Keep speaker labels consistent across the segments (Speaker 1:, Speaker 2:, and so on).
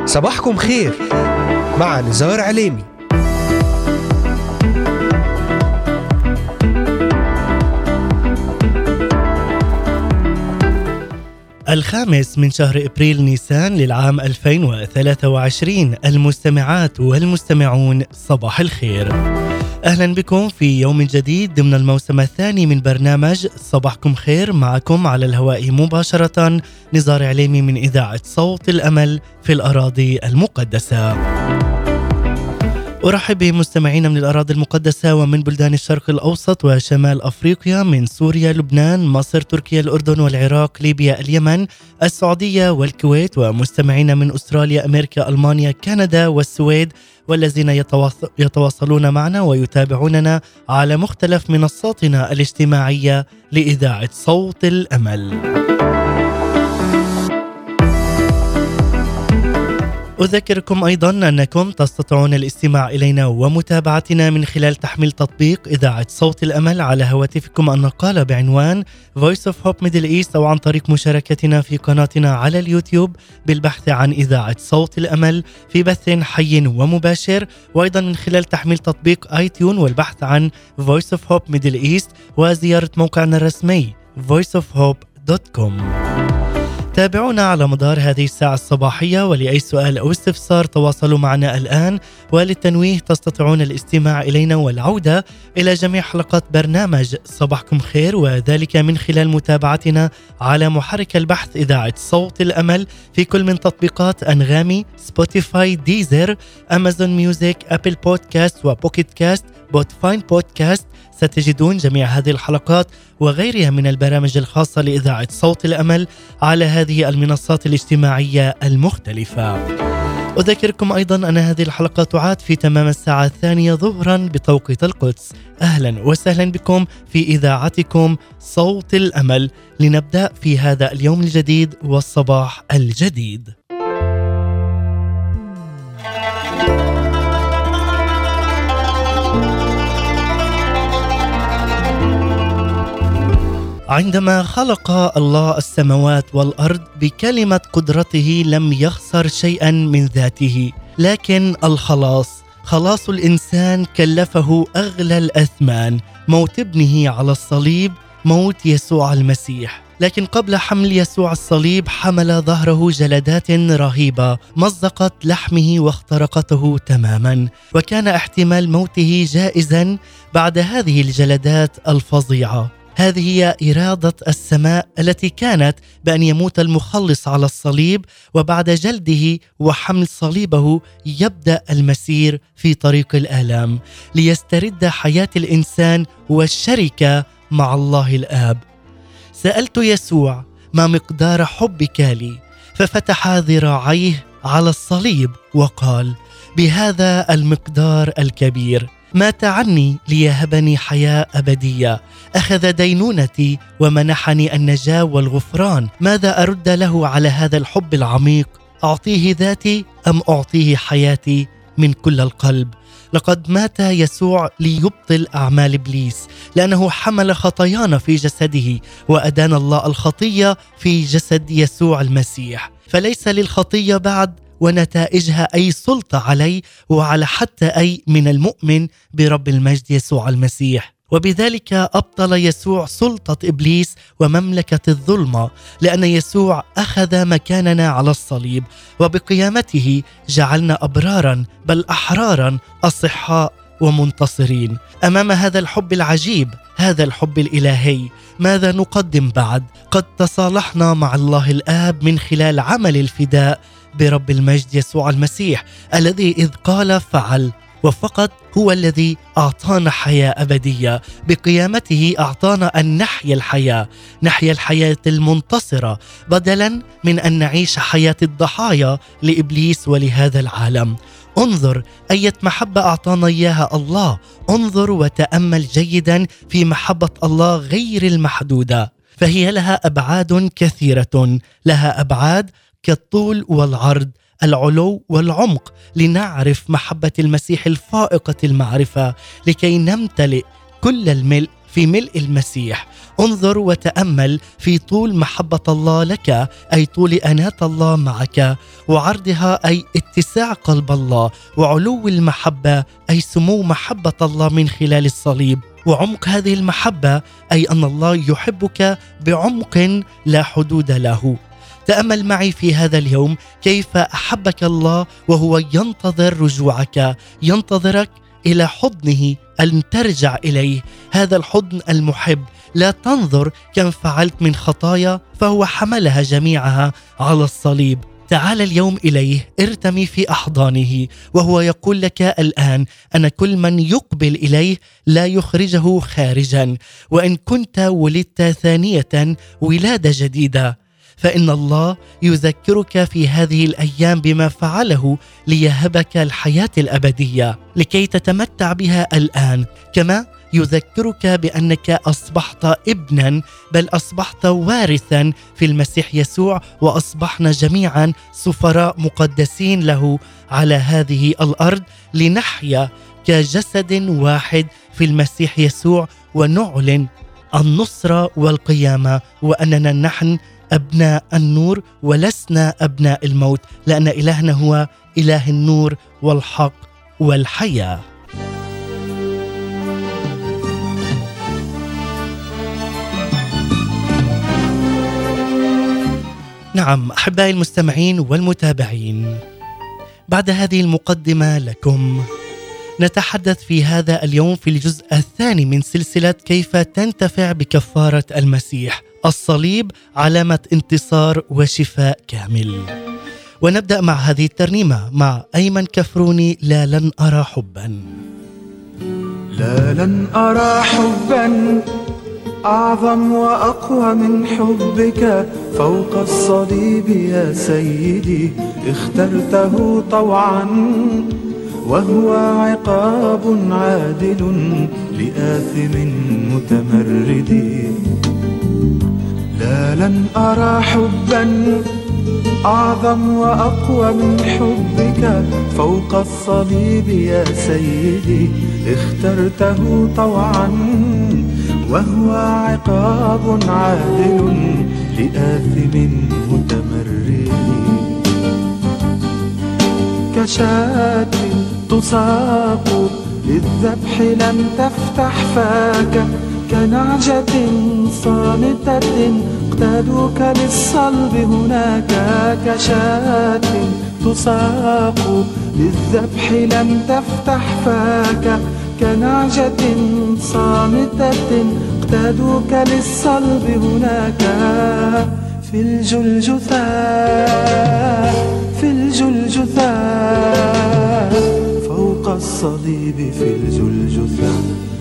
Speaker 1: صباحكم خير مع نزار عليمي.
Speaker 2: الخامس من شهر إبريل نيسان للعام 2023. المستمعات والمستمعون صباح الخير، أهلا بكم في يوم جديد ضمن الموسم الثاني من برنامج صباحكم خير. معكم على الهواء مباشرة نزار عليمي من إذاعة صوت الأمل في الأراضي المقدسة. أرحب بمستمعينا من الأراضي المقدسة ومن بلدان الشرق الأوسط وشمال أفريقيا، من سوريا، لبنان، مصر، تركيا، الأردن والعراق، ليبيا، اليمن، السعودية والكويت، ومستمعينا من أستراليا، أمريكا، ألمانيا، كندا والسويد، والذين يتواصلون معنا ويتابعوننا على مختلف منصاتنا الاجتماعية لإذاعة صوت الأمل. أذكركم أيضا أنكم تستطيعون الاستماع إلينا ومتابعتنا من خلال تحميل تطبيق إذاعة صوت الأمل على هواتفكم النقالة بعنوان Voice of Hope Middle East، أو عن طريق مشاركتنا في قناتنا على اليوتيوب بالبحث عن إذاعة صوت الأمل في بث حي ومباشر، وأيضا من خلال تحميل تطبيق آيتون والبحث عن Voice of Hope Middle East، وزيارة موقعنا الرسمي voiceofhope.com. تابعونا على مدار هذه الساعة الصباحية، ولأي سؤال أو استفسار تواصلوا معنا الآن. وللتنويه تستطيعون الاستماع إلينا والعودة إلى جميع حلقات برنامج صباحكم خير، وذلك من خلال متابعتنا على محرك البحث إذاعة صوت الأمل في كل من تطبيقات أنغامي، سبوتيفاي، ديزر، أمازون ميوزك، أبل بودكاست وبوكيت كاست، بودفاين بودكاست. ستجدون جميع هذه الحلقات وغيرها من البرامج الخاصة لإذاعة صوت الأمل على هذه المنصات الاجتماعية المختلفة. أذكركم أيضا أن هذه الحلقة تعاد في تمام الساعة 2 ظهرا بتوقيت القدس. أهلا وسهلا بكم في إذاعتكم صوت الأمل، لنبدأ في هذا اليوم الجديد والصباح الجديد. عندما خلق الله السماوات والأرض بكلمة قدرته لم يخسر شيئا من ذاته، لكن خلاص الإنسان كلفه أغلى الأثمان، موت ابنه على الصليب، موت يسوع المسيح. لكن قبل حمل يسوع الصليب حمل ظهره جلدات رهيبة مزقت لحمه واخترقته تماما، وكان احتمال موته جائزا بعد هذه الجلدات الفظيعة. هذه هي إرادة السماء التي كانت بأن يموت المخلص على الصليب، وبعد جلده وحمل صليبه يبدأ المسير في طريق الآلام ليسترد حياة الإنسان والشركة مع الله الآب. سألت يسوع: ما مقدار حبك لي؟ ففتح ذراعيه على الصليب وقال: بهذا المقدار الكبير مات عني ليهبني حياة أبدية، أخذ دينونتي ومنحني النجاة والغفران. ماذا أرد له على هذا الحب العميق؟ أعطيه ذاتي أم أعطيه حياتي من كل القلب؟ لقد مات يسوع ليبطل أعمال إبليس، لأنه حمل خطايانا في جسده، وأدان الله الخطية في جسد يسوع المسيح، فليس للخطية بعد ونتائجها أي سلطة علي وعلى حتى أي من المؤمن برب المجد يسوع المسيح. وبذلك أبطل يسوع سلطة إبليس ومملكة الظلمة، لأن يسوع أخذ مكاننا على الصليب، وبقيامته جعلنا أبرارا بل أحرارا، أصحاء ومنتصرين. أمام هذا الحب العجيب، هذا الحب الإلهي، ماذا نقدم بعد؟ قد تصالحنا مع الله الآب من خلال عمل الفداء برب المجد يسوع المسيح، الذي إذ قال فعل، وفقط هو الذي أعطانا حياة أبدية. بقيامته أعطانا أن نحيا الحياة المنتصرة، بدلا من أن نعيش حياة الضحايا لإبليس ولهذا العالم. انظر أية محبة أعطانا إياها الله. انظر وتأمل جيدا في محبة الله غير المحدودة، فهي لها أبعاد كثيرة، لها أبعاد كالطول والعرض، العلو والعمق، لنعرف محبة المسيح الفائقة المعرفة، لكي نمتلئ كل الملء في ملء المسيح. انظر وتأمل في طول محبة الله لك، أي طول أناة الله معك، وعرضها أي اتساع قلب الله، وعلو المحبة أي سمو محبة الله من خلال الصليب، وعمق هذه المحبة أي أن الله يحبك بعمق لا حدود له. تأمل معي في هذا اليوم كيف أحبك الله وهو ينتظر رجوعك، ينتظرك إلى حضنه أن ترجع إليه، هذا الحضن المحب. لا تنظر كم فعلت من خطايا، فهو حملها جميعها على الصليب. تعال اليوم إليه، ارتمي في أحضانه، وهو يقول لك الآن: أنا كل من يقبل إليه لا يخرجه خارجا. وإن كنت ولدت ثانية ولادة جديدة، فإن الله يذكرك في هذه الأيام بما فعله ليهبك الحياة الأبدية لكي تتمتع بها الآن، كما يذكرك بأنك أصبحت ابنا، بل أصبحت وارثا في المسيح يسوع، وأصبحنا جميعا سفراء مقدسين له على هذه الأرض، لنحيا كجسد واحد في المسيح يسوع، ونعلن النصرة والقيامة، وأننا نحن أبناء النور ولسنا أبناء الموت، لأن إلهنا هو إله النور والحق والحياة. نعم أحبائي المستمعين والمتابعين، بعد هذه المقدمة لكم نتحدث في هذا اليوم في الجزء الثاني من سلسلة كيف تنتفع بكفارة المسيح. الصليب علامة انتصار وشفاء كامل. ونبدأ مع هذه الترنيمة مع أيمن كفروني: لا لن أرى حبا.
Speaker 3: لا لن أرى حبا أعظم وأقوى من حبك فوق الصليب يا سيدي، اخترته طوعا وهو عقاب عادل لآثم متمرد. لا لن أرى حبا أعظم وأقوى من حبك فوق الصليب يا سيدي، اخترته طوعا وهو عقاب عادل لآثم متمرد. كشاة تساق للذبح لم تفتح فاك، كنعجة صامتة اقتادوك للصلب هناك. كشاة تساق للذبح لم تفتح فاك، كنعجة صامتة اقتادوك للصلب هناك. في الجلجثة في الجلجثة فوق الصليب في الجلجثة.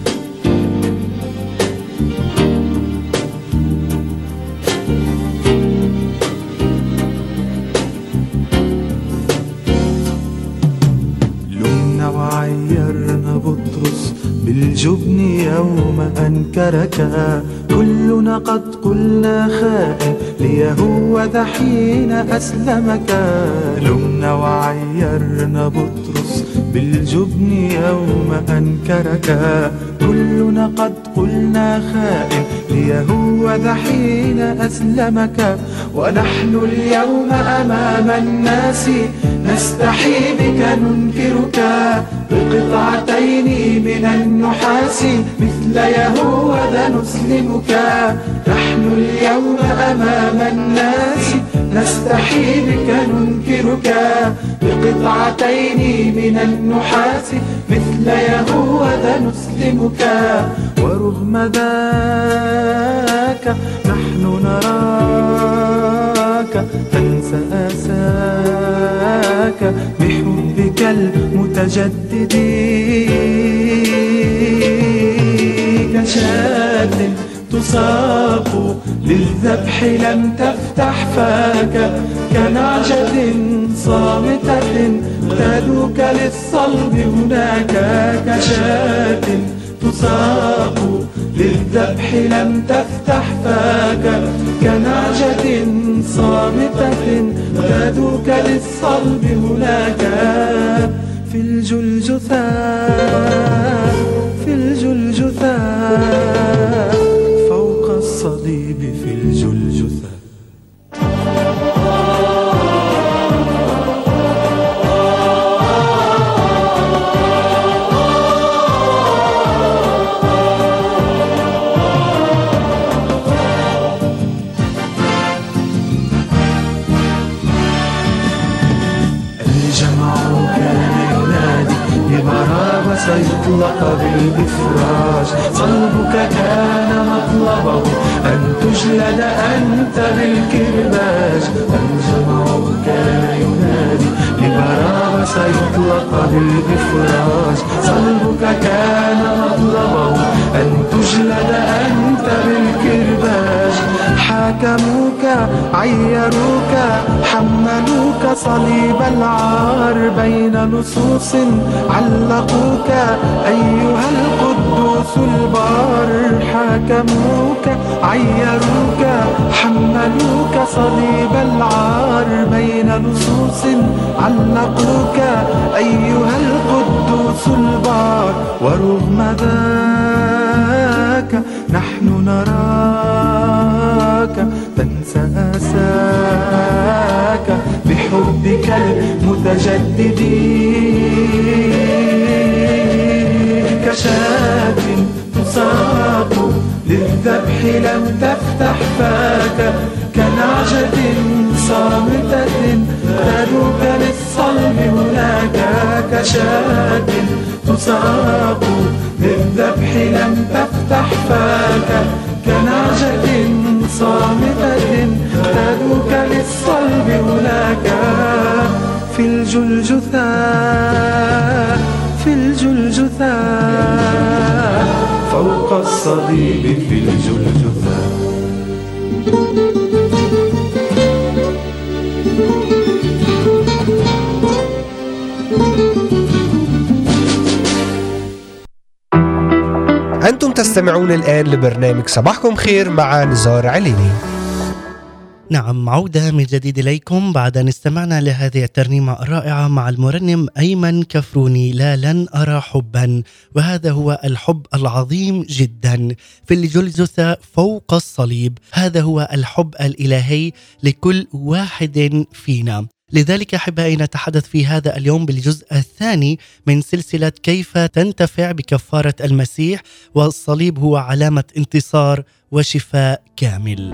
Speaker 3: لمنا وعيرنا بطرس بالجبن يوم أنكرك، كلنا قد قلنا خائن ليهوذا حين أسلمك. لمنا وعيرنا بطرس بالجبن يوم أنكرك، كلنا قد قلنا خائن ليهوذا حين أسلمك. ونحن اليوم أمام الناس نستحي بك ننكرك، بقطعتين من النحاس مثل يهوذا نسلمك. نحن اليوم أمام الناس نستحي بك ننكرك، بقطعتين من النحاس مثل يهوذا نسلمك. ورغم ذاك نحن نراك تنسى آساك بحبك المتجدد. كشاة تساق للذبح لم تفتح فاك، كنعجة صامتة اقتادوك للصلب هناك. كشاة تساق للذبح لم تفتح فاك، كنعجة صامتة اقتادوك للصلب هناك. في الجلجثة في الجلجثة فوق الصليب في الجلجثة.
Speaker 2: سيطلق بالإفراج، صلبك كان مطلبه أن تجلد أنت بالكرباج. الجمع كان ينادي لبرابة سيطلق بالإفراج، صلبك كان مطلبه أن تجلد أنت بالكرباج. حاكموك عيروك حملوك صليب العار، بين لصوص علقوك أيها القدوس البار. حاكموك عيروك حملوك صليب العار، بين لصوص علقوك أيها القدوس البار. ورغم ذاك نحن نراك تنسى أساك بحبك المتجدد. كشاة تساق للذبح لم تفتح فاك، كنعجة صامتة تدعوك للصلب هناك. كشاة تساق للذبح لم تفتح فاك، كنعجة صامتة تدعوك للصلب هناك. في الجلجثة في الجلجثة فوق الصليب في الجلجثة.
Speaker 1: أنتم تستمعون الآن لبرنامج صباحكم خير مع نزار عليني.
Speaker 2: نعم، عودة من جديد إليكم بعد أن استمعنا لهذه الترنيمة الرائعة مع المرنم أيمن كفروني. لا لن أرى حبا، وهذا هو الحب العظيم جدا في الجلجثة فوق الصليب. هذا هو الحب الإلهي لكل واحد فينا. لذلك أحبائي نتحدث في هذا اليوم بالجزء الثاني من سلسلة كيف تنتفع بكفارة المسيح، والصليب هو علامة انتصار وشفاء كامل.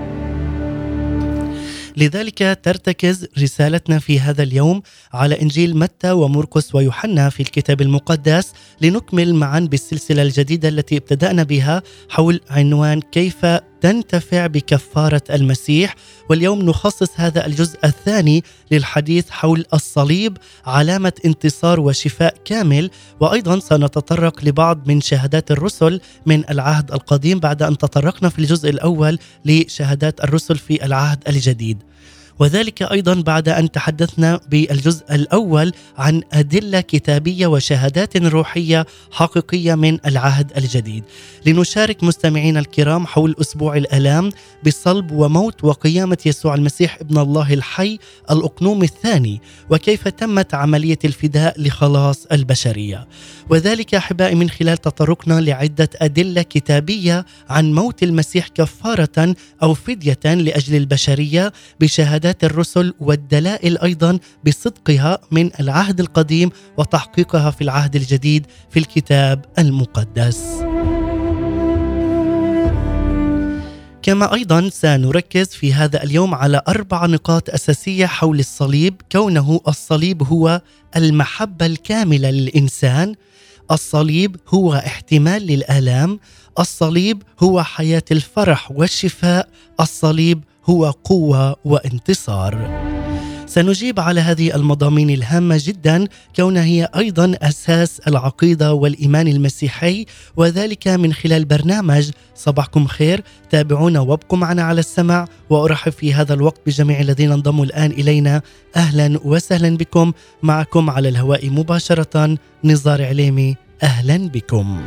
Speaker 2: لذلك ترتكز رسالتنا في هذا اليوم على إنجيل متى ومرقس ويوحنا في الكتاب المقدس، لنكمل معا بالسلسلة الجديدة التي ابتدأنا بها حول عنوان كيف تنتفع بكفارة المسيح. واليوم نخصص هذا الجزء الثاني للحديث حول الصليب علامة انتصار وشفاء كامل، وأيضا سنتطرق لبعض من شهادات الرسل من العهد القديم بعد أن تطرقنا في الجزء الأول لشهادات الرسل في العهد الجديد، وذلك أيضا بعد أن تحدثنا بالجزء الأول عن أدلة كتابية وشهادات روحية حقيقية من العهد الجديد. لنشارك مستمعين الكرام حول أسبوع الآلام بالصلب وموت وقيامة يسوع المسيح ابن الله الحي الأقنوم الثاني، وكيف تمت عملية الفداء لخلاص البشرية، وذلك أحبائي من خلال تطرقنا لعدة أدلة كتابية عن موت المسيح كفارة أو فدية لأجل البشرية بشهادات الرسل، والدلائل أيضا بصدقها من العهد القديم وتحقيقها في العهد الجديد في الكتاب المقدس. كما أيضا سنركز في هذا اليوم على 4 نقاط أساسية حول الصليب، كونه الصليب هو المحبة الكاملة للإنسان، الصليب هو احتمال للآلام، الصليب هو حياة الفرح والشفاء، الصليب هو قوة وانتصار. سنجيب على هذه المضامين الهامة جدا، كونها هي أيضا أساس العقيدة والإيمان المسيحي، وذلك من خلال برنامج صباحكم خير. تابعونا وابقوا معنا على السمع، وأرحب في هذا الوقت بجميع الذين انضموا الآن إلينا. أهلا وسهلا بكم، معكم على الهواء مباشرة نزار عليمي. أهلا بكم.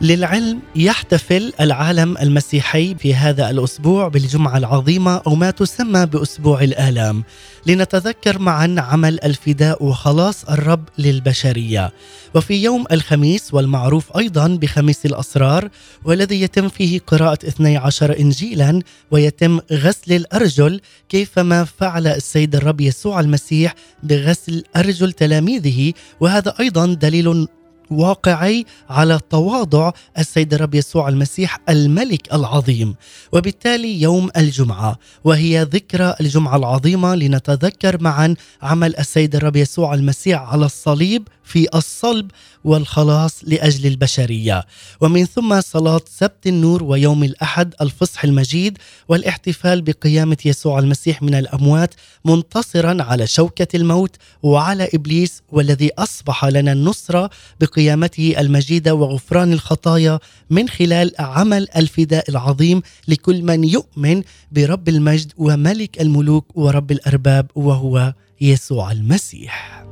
Speaker 2: للعلم يحتفل العالم المسيحي في هذا الأسبوع بالجمعة العظيمة أو ما تسمى بأسبوع الآلام، لنتذكر معا عمل الفداء وخلاص الرب للبشرية. وفي يوم الخميس والمعروف أيضا بخميس الأسرار، والذي يتم فيه قراءة 12 إنجيلا ويتم غسل الأرجل كيفما فعل السيد الرب يسوع المسيح بغسل أرجل تلاميذه، وهذا أيضا دليل واقعي على تواضع السيد الرب يسوع المسيح الملك العظيم. وبالتالي يوم الجمعة وهي ذكرى الجمعة العظيمة لنتذكر معا عمل السيد الرب يسوع المسيح على الصليب في الصلب والخلاص لأجل البشرية، ومن ثم صلاة سبت النور ويوم الأحد الفصح المجيد والاحتفال بقيامة يسوع المسيح من الأموات منتصرا على شوكة الموت وعلى إبليس، والذي أصبح لنا النصرة بقيامته المجيدة وغفران الخطايا من خلال عمل الفداء العظيم لكل من يؤمن برب المجد وملك الملوك ورب الأرباب وهو يسوع المسيح.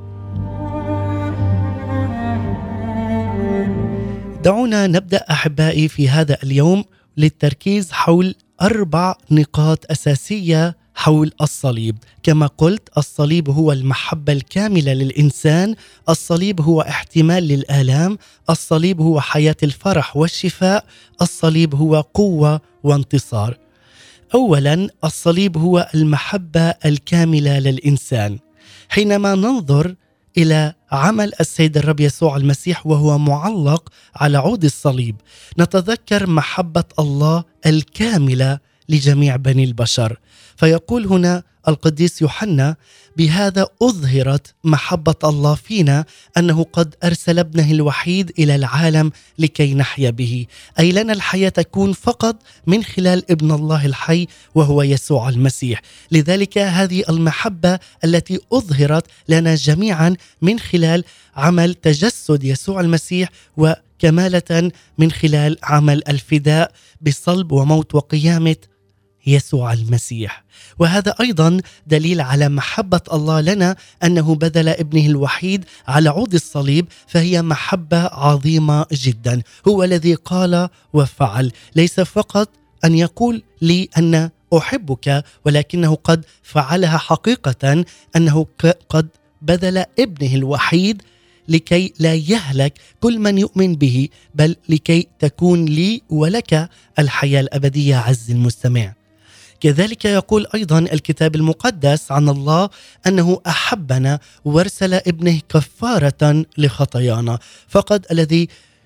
Speaker 2: دعونا نبدأ أحبائي في هذا اليوم للتركيز حول 4 نقاط أساسية حول الصليب. كما قلت، الصليب هو المحبة الكاملة للإنسان، الصليب هو احتمال للآلام، الصليب هو حياة الفرح والشفاء، الصليب هو قوة وانتصار. أولا، الصليب هو المحبة الكاملة للإنسان. حينما ننظر إلى عمل السيد الرب يسوع المسيح وهو معلق على عود الصليب، نتذكر محبة الله الكاملة لجميع بني البشر. فيقول هنا القديس يوحنا: بهذا أظهرت محبة الله فينا أنه قد أرسل ابنه الوحيد إلى العالم لكي نحيا به. أي لنا الحياة تكون فقط من خلال ابن الله الحي وهو يسوع المسيح. لذلك هذه المحبة التي أظهرت لنا جميعا من خلال عمل تجسد يسوع المسيح، وكمالة من خلال عمل الفداء بصلب وموت وقيامة يسوع المسيح. وهذا أيضا دليل على محبة الله لنا، أنه بذل ابنه الوحيد على عود الصليب، فهي محبة عظيمة جدا. هو الذي قال وفعل، ليس فقط أن يقول لي أن أحبك، ولكنه قد فعلها حقيقة، أنه قد بذل ابنه الوحيد لكي لا يهلك كل من يؤمن به، بل لكي تكون لي ولك الحياة الأبدية. عز المستمع، كذلك يقول أيضا الكتاب المقدس عن الله أنه أحبنا وارسل ابنه كفارة لخطايانا. فقد الذي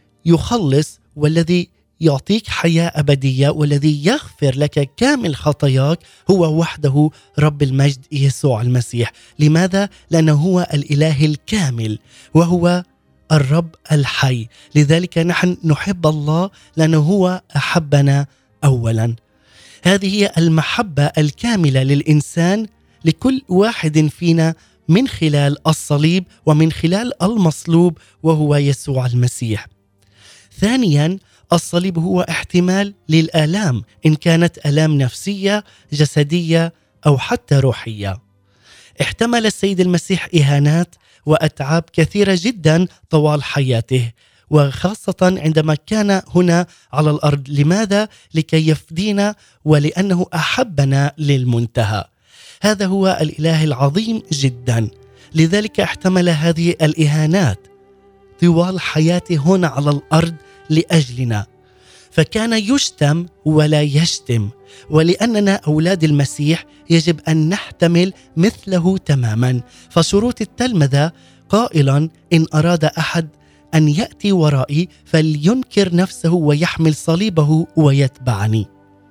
Speaker 2: يخلص والذي يعطيك حياة أبدية والذي يغفر لك كامل خطاياك هو وحده رب المجد يسوع المسيح. لماذا؟ لأنه هو الإله الكامل وهو الرب الحي. لذلك نحن نحب الله لأنه هو أحبنا أولا. هذه هي المحبة الكاملة للإنسان لكل واحد فينا من خلال الصليب ومن خلال المصلوب وهو يسوع المسيح. ثانيا، الصليب هو احتمال للآلام، إن كانت آلام نفسية جسدية أو حتى روحية. احتمل السيد المسيح إهانات وأتعاب كثيرة جدا طوال حياته، وخاصة عندما كان هنا على الأرض. لماذا؟ لكي يفدينا ولأنه أحبنا للمنتهى. هذا هو الإله العظيم جدا. لذلك احتمل هذه الإهانات طوال حياته هنا على الأرض لأجلنا، فكان يشتم ولا يشتم. ولأننا أولاد المسيح يجب أن نحتمل مثله تماما. فشروط التلمذة قائلا: إن أراد أحد أن يأتي ورائي فلينكر نفسه ويحمل صليبه ويتبعني.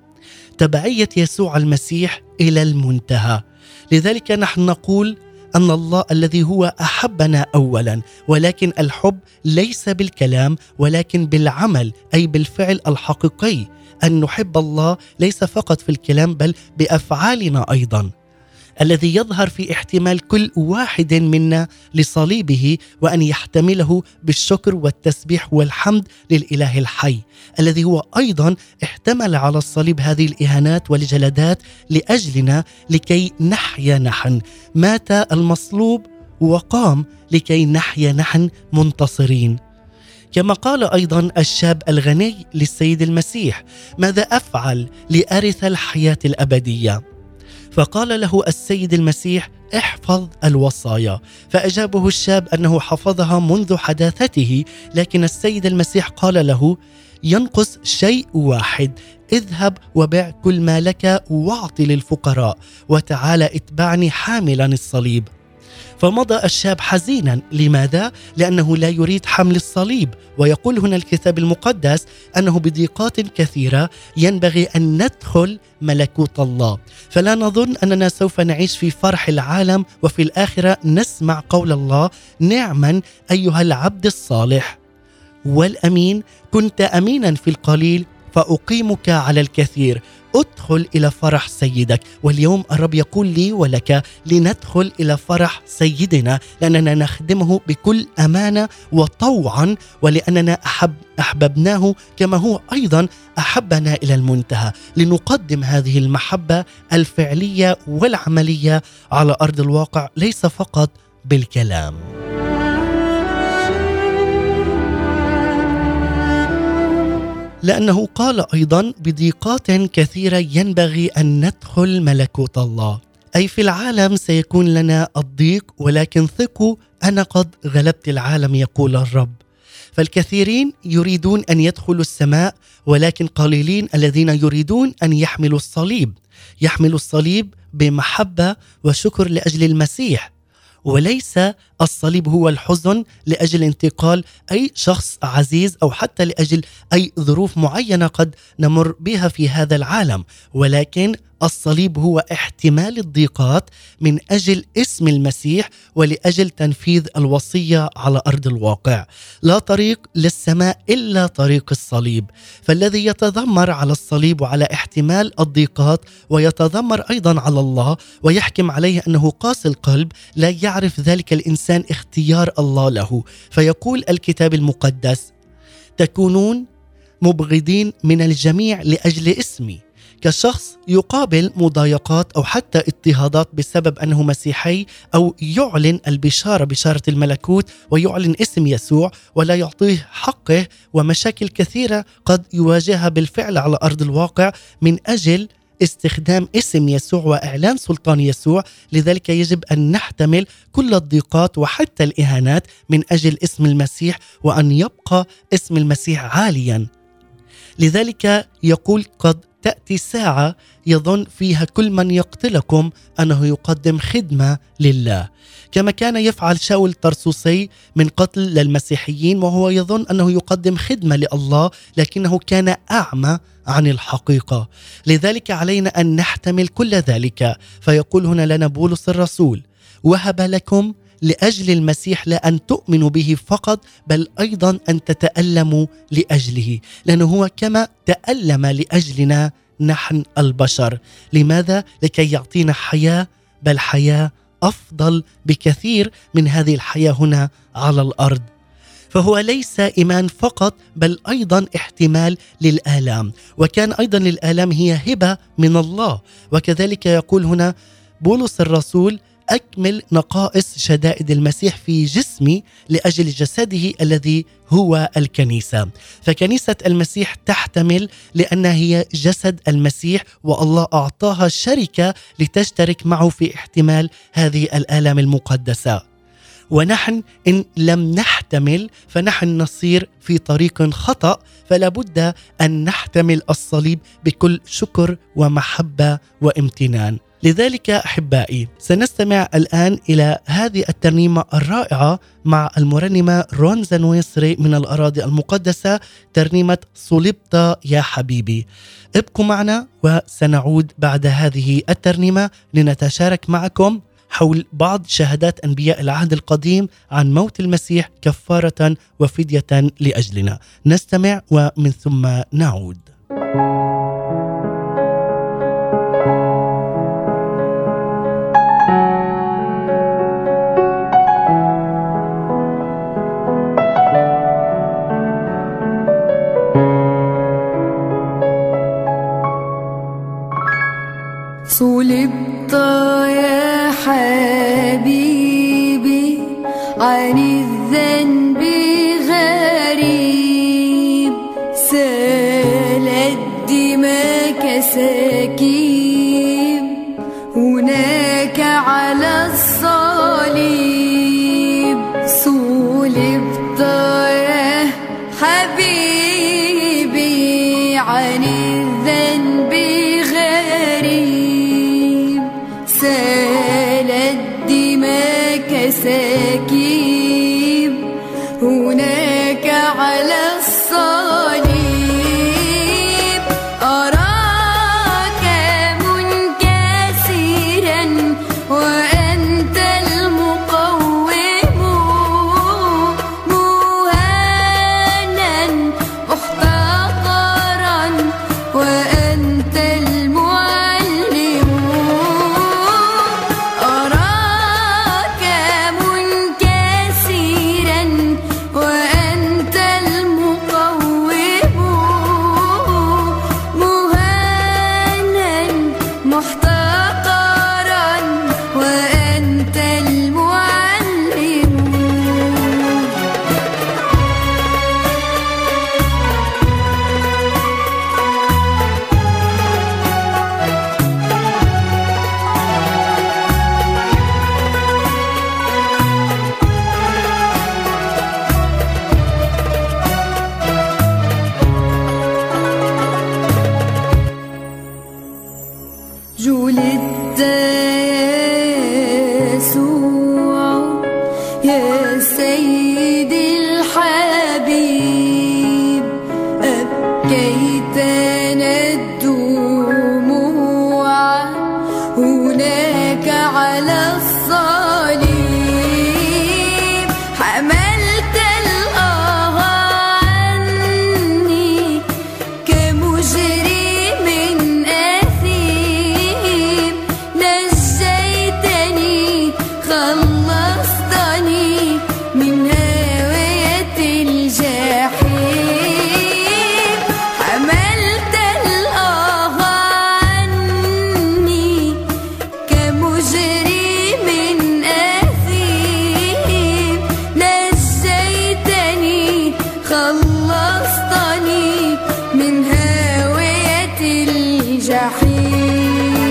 Speaker 2: تبعية يسوع المسيح إلى المنتهى. لذلك نحن نقول أن الله الذي هو أحبنا أولا، ولكن الحب ليس بالكلام ولكن بالعمل، أي بالفعل الحقيقي. أن نحب الله ليس فقط في الكلام بل بأفعالنا أيضا، الذي يظهر في احتمال كل واحد منا لصليبه، وأن يحتمله بالشكر والتسبيح والحمد للإله الحي، الذي هو أيضا احتمل على الصليب هذه الإهانات والجلدات لأجلنا لكي نحيا نحن. مات المصلوب وقام لكي نحيا نحن منتصرين. كما قال أيضا الشاب الغني للسيد المسيح: ماذا أفعل لأرث الحياة الأبدية؟ فقال له السيد المسيح: احفظ الوصايا. فأجابه الشاب أنه حفظها منذ حداثته، لكن السيد المسيح قال له: ينقص شيء واحد، اذهب وبيع كل ما لك واعطي للفقراء وتعال اتبعني حاملا الصليب. فمضى الشاب حزينا. لماذا؟ لأنه لا يريد حمل الصليب. ويقول هنا الكتاب المقدس أنه بضيقات كثيرة ينبغي أن ندخل ملكوت الله. فلا نظن أننا سوف نعيش في فرح العالم وفي الآخرة نسمع قول الله: نعما أيها العبد الصالح والأمين، كنت أمينا في القليل فأقيمك على الكثير، ادخل إلى فرح سيدك. واليوم الرب يقول لي ولك لندخل إلى فرح سيدنا، لأننا نخدمه بكل أمانة وطوعا، ولأننا أحببناه كما هو أيضا أحبنا إلى المنتهى، لنقدم هذه المحبة الفعلية والعملية على أرض الواقع، ليس فقط بالكلام. لأنه قال أيضا: بضيقات كثيرة ينبغي أن ندخل ملكوت الله. أي في العالم سيكون لنا الضيق، ولكن ثقوا أنا قد غلبت العالم يقول الرب. فالكثيرين يريدون أن يدخلوا السماء، ولكن قليلين الذين يريدون أن يحملوا الصليب. يحملوا الصليب بمحبة وشكر لأجل المسيح، وليس الصليب هو الحزن لأجل انتقال أي شخص عزيز أو حتى لأجل أي ظروف معينة قد نمر بها في هذا العالم، ولكن الصليب هو احتمال الضيقات من أجل اسم المسيح ولأجل تنفيذ الوصية على أرض الواقع. لا طريق للسماء إلا طريق الصليب. فالذي يتذمر على الصليب وعلى احتمال الضيقات ويتذمر أيضا على الله ويحكم عليه أنه قاسي القلب، لا يعرف ذلك الإنسان اختيار الله له. فيقول الكتاب المقدس: تكونون مبغضين من الجميع لأجل اسمي. كشخص يقابل مضايقات أو حتى اضطهادات بسبب أنه مسيحي، أو يعلن البشارة، بشارة الملكوت، ويعلن اسم يسوع ولا يعطيه حقه، ومشاكل كثيرة قد يواجهها بالفعل على أرض الواقع من أجل استخدام اسم يسوع وإعلان سلطان يسوع. لذلك يجب أن نحتمل كل الضيقات وحتى الإهانات من أجل اسم المسيح، وأن يبقى اسم المسيح عاليا. لذلك يقول: قد تأتي ساعة يظن فيها كل من يقتلكم أنه يقدم خدمة لله، كما كان يفعل شاول الطرسوسي من قتل للمسيحيين وهو يظن أنه يقدم خدمة لله، لكنه كان أعمى عن الحقيقة. لذلك علينا أن نحتمل كل ذلك. فيقول هنا لنا بولس الرسول: وهب لكم لأجل المسيح لا أن تؤمنوا به فقط، بل أيضا أن تتألموا لأجله، لأنه هو كما تألم لأجلنا نحن البشر. لماذا؟ لكي يعطينا حياة، بل حياة أفضل بكثير من هذه الحياة هنا على الأرض. فهو ليس إيمان فقط، بل أيضا احتمال للآلام، وكان أيضا للآلام هي هبة من الله. وكذلك يقول هنا بولس الرسول: أكمل نقائص شدائد المسيح في جسمي لأجل جسده الذي هو الكنيسة. فكنيسة المسيح تحتمل لأنها هي جسد المسيح، والله أعطاها شركة لتشترك معه في احتمال هذه الآلام المقدسة. ونحن إن لم نحتمل فنحن نصير في طريق خطأ، فلا بد أن نحتمل الصليب بكل شكر ومحبة وامتنان. لذلك أحبائي سنستمع الآن إلى هذه الترنيمة الرائعة مع المرنمة رون زنويسري من الأراضي المقدسة، ترنيمة صلبت يا حبيبي. ابقوا معنا وسنعود بعد هذه الترنيمة لنتشارك معكم حول بعض شهادات أنبياء العهد القديم عن موت المسيح كفارة وفدية لأجلنا. نستمع ومن ثم نعود.
Speaker 4: صلبت يا حبيبي عن الذنب غريب، هناك على الصليب أراك منكسرا وأنت المقوم مهانا محتقرا وأنت المعلم أراك منكسرا وأنت المقوم مهانا محتقرا وأنت المعلم جلدت يسوع يا سيدي الحبيب أبكيتنا الدموع هناك على الصليب حملت الآه عني كمجرم آثيم نجيتني خلصتني من هاوية الجحيم حملت الآه عني كمجرم آثيم نجيتني خلصتني من هاوية الجحيم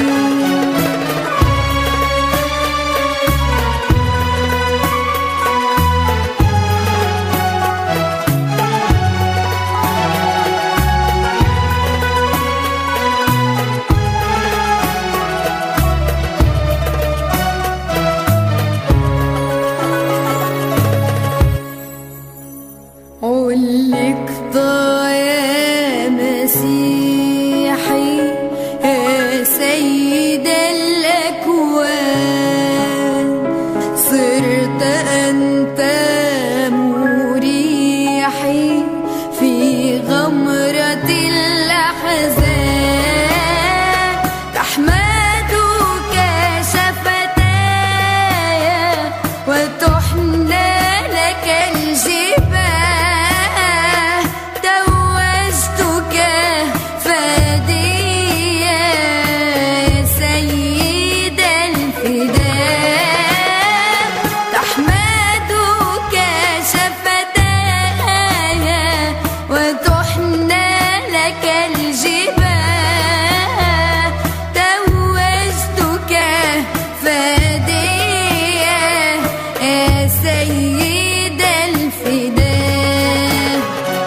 Speaker 4: علقت يا مسيحي يا سيد الأكوان صرت أنت مريحي في غمرة الأحزان تحمدك شفتاي وتحنى لك الجباه توجتك فديا يا سيد الفداء تحمدك شفتاي وتحنى لك الجباه توجتك فديا يا سيد الفداء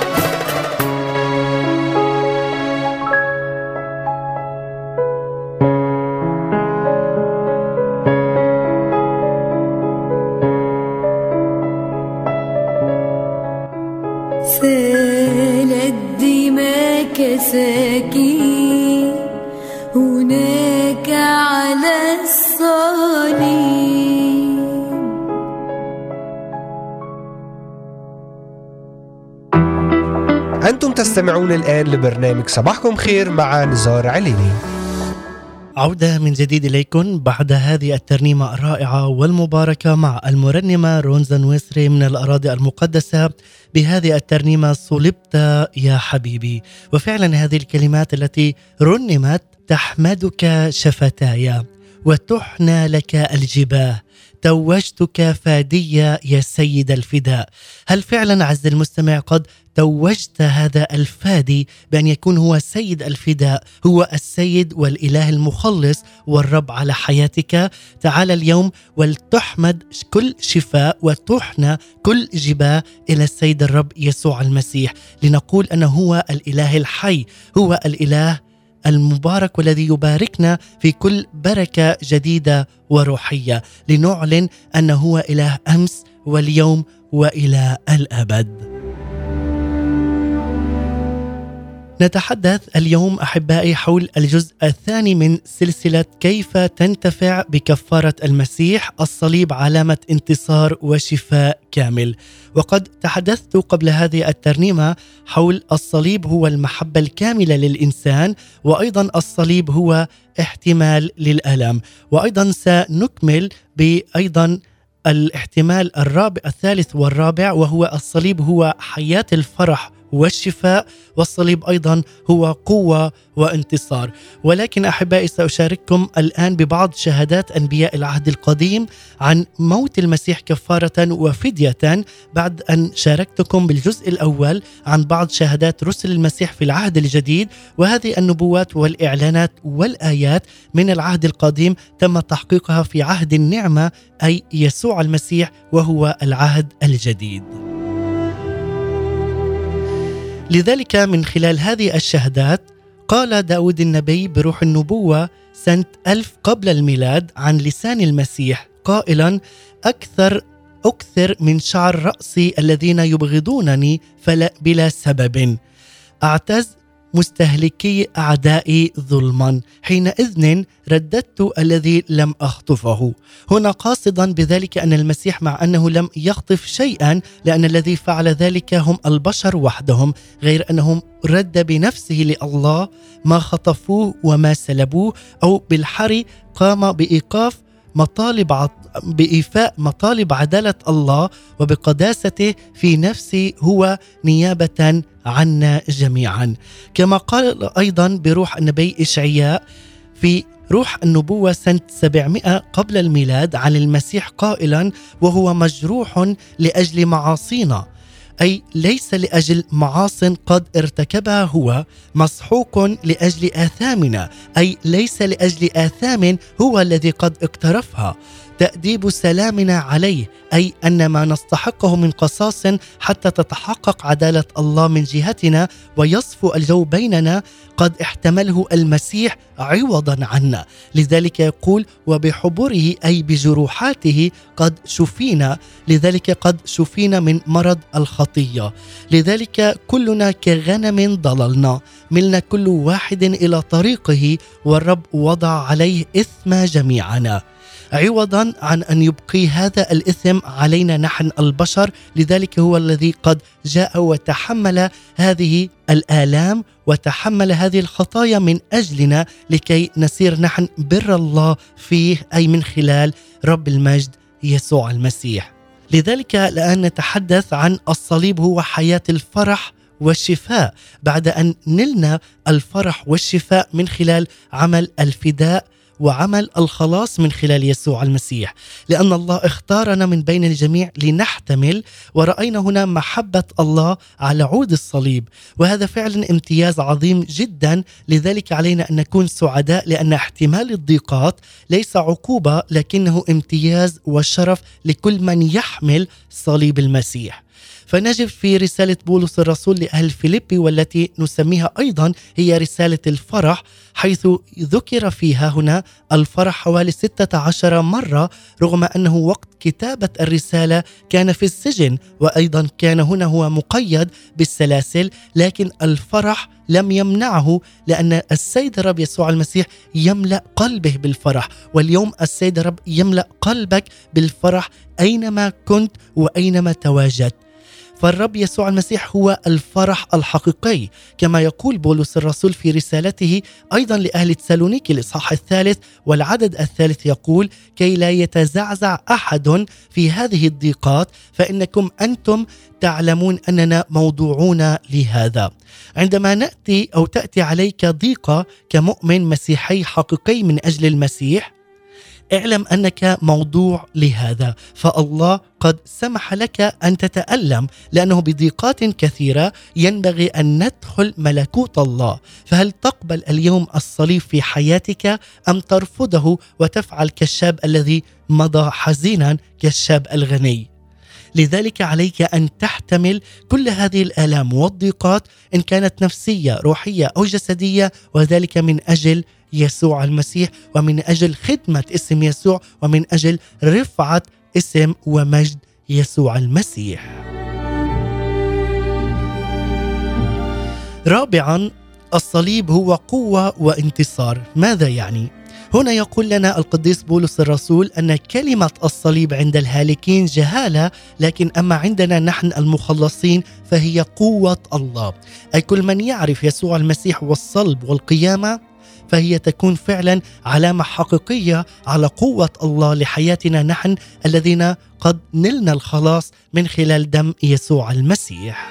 Speaker 4: سالت دماك سكين هناك على الصليب
Speaker 1: أنتم تستمعون الآن لبرنامج صباحكم خير مع نزار عليني.
Speaker 2: عودة من جديد إليكم بعد هذه الترنيمة الرائعة والمباركة مع المرنمة رونزا نويسري من الأراضي المقدسة بهذه الترنيمة صلبت يا حبيبي. وفعلا هذه الكلمات التي رنمت تحمدك شفتاي وتحنى لك الجباه توجتك فادية يا سيد الفداء. هل فعلا عز المستمع قد توجت هذا الفادي بأن يكون هو سيد الفداء، هو السيد والإله المخلص والرب على حياتك؟ تعال اليوم ولتحمد كل شفاء وتحنى كل جباه إلى السيد الرب يسوع المسيح، لنقول أنه هو الإله الحي، هو الإله المبارك والذي يباركنا في كل بركة جديدة وروحية، لنعلن أنه هو إله أمس واليوم وإلى الأبد. نتحدث اليوم أحبائي حول الجزء الثاني من سلسلة كيف تنتفع بكفارة المسيح، الصليب علامة انتصار وشفاء كامل. وقد تحدثت قبل هذه الترنيمة حول الصليب هو المحبة الكاملة للإنسان، وأيضا الصليب هو احتمال للألم، وأيضا سنكمل بأيضا الاحتمال الثالث والرابع، وهو الصليب هو حياة الفرح والشفاء، والصليب أيضا هو قوة وانتصار. ولكن أحبائي سأشارككم الآن ببعض شهادات أنبياء العهد القديم عن موت المسيح كفارة وفدية، بعد أن شاركتكم بالجزء الأول عن بعض شهادات رسل المسيح في العهد الجديد، وهذه النبوات والإعلانات والآيات من العهد القديم تم تحقيقها في عهد النعمة، أي يسوع المسيح، وهو العهد الجديد. لذلك من خلال هذه الشهادات قال داود النبي بروح النبوة سنة 1000 قبل الميلاد عن لسان المسيح قائلا: أكثر من شعر رأسي الذين يبغضونني فلا بلا سبب، أعتز مستهلكي أعدائي ظلما، حينئذ رددت الذي لم أخطفه. هنا قاصدا بذلك أن المسيح مع أنه لم يخطف شيئا، لأن الذي فعل ذلك هم البشر وحدهم، غير أنهم رد بنفسه لله ما خطفوه وما سلبوه، أو بالحري قام بإيفاء مطالب عدالة الله وبقداسته في نفسه هو نيابة عنا جميعا. كما قال أيضا بروح النبي إشعياء في روح النبوة سنة 700 قبل الميلاد عن المسيح قائلا: وهو مجروح لأجل معاصينا، أي ليس لأجل معاص قد ارتكبها هو، مسحوق لأجل آثامنا، أي ليس لأجل آثام هو الذي قد اقترفها، تأديب سلامنا عليه، أي أن ما نستحقه من قصاص حتى تتحقق عدالة الله من جهتنا ويصفو الجو بيننا قد احتمله المسيح عوضا عنا. لذلك يقول: وبحبره أي بجروحاته قد شفينا، لذلك قد شفينا من مرض الخطية. لذلك كلنا كغنم ضللنا، ملنا كل واحد إلى طريقه، والرب وضع عليه إثم جميعنا، عوضا عن أن يبقي هذا الإثم علينا نحن البشر. لذلك هو الذي قد جاء وتحمل هذه الآلام وتحمل هذه الخطايا من أجلنا، لكي نصير نحن بر الله فيه، أي من خلال رب المجد يسوع المسيح. لذلك الآن نتحدث عن الصليب هو حياة الفرح والشفاء، بعد أن نلنا الفرح والشفاء من خلال عمل الفداء وعمل الخلاص من خلال يسوع المسيح، لأن الله اختارنا من بين الجميع لنحتمل، ورأينا هنا محبة الله على عود الصليب، وهذا فعلا امتياز عظيم جدا. لذلك علينا أن نكون سعداء، لأن احتمال الضيقات ليس عقوبة، لكنه امتياز وشرف لكل من يحمل صليب المسيح. فنجد في رسالة بولس الرسول لأهل فيليبي، والتي نسميها أيضا هي رسالة الفرح، حيث ذكر فيها هنا الفرح حوالي 16 مرة، رغم أنه وقت كتابة الرسالة كان في السجن، وأيضا كان هنا هو مقيد بالسلاسل، لكن الفرح لم يمنعه، لأن السيد الرب يسوع المسيح يملأ قلبه بالفرح. واليوم السيد الرب يملأ قلبك بالفرح أينما كنت وأينما تواجدت. فالرب يسوع المسيح هو الفرح الحقيقي، كما يقول بولس الرسول في رسالته أيضا لأهل تسالونيكي الإصحاح 3 والعدد 3، يقول: كي لا يتزعزع أحد في هذه الضيقات، فإنكم أنتم تعلمون أننا موضوعون لهذا. عندما نأتي أو تأتي عليك ضيقة كمؤمن مسيحي حقيقي من أجل المسيح، اعلم أنك موضوع لهذا، فالله قد سمح لك أن تتألم، لأنه بضيقات كثيرة ينبغي أن ندخل ملكوت الله. فهل تقبل اليوم الصليب في حياتك أم ترفضه وتفعل كالشاب الذي مضى حزينا كالشاب الغني؟ لذلك عليك أن تحتمل كل هذه الآلام والضيقات، إن كانت نفسية روحية أو جسدية، وذلك من أجل يسوع المسيح، ومن أجل خدمة اسم يسوع، ومن أجل رفعة اسم ومجد يسوع المسيح. رابعا، الصليب هو قوة وانتصار. ماذا يعني؟ هنا يقول لنا القديس بولس الرسول أن كلمة الصليب عند الهالكين جهالة، لكن أما عندنا نحن المخلصين فهي قوة الله. أي كل من يعرف يسوع المسيح والصلب والقيامة فهي تكون فعلا علامة حقيقية على قوة الله لحياتنا نحن الذين قد نلنا الخلاص من خلال دم يسوع المسيح.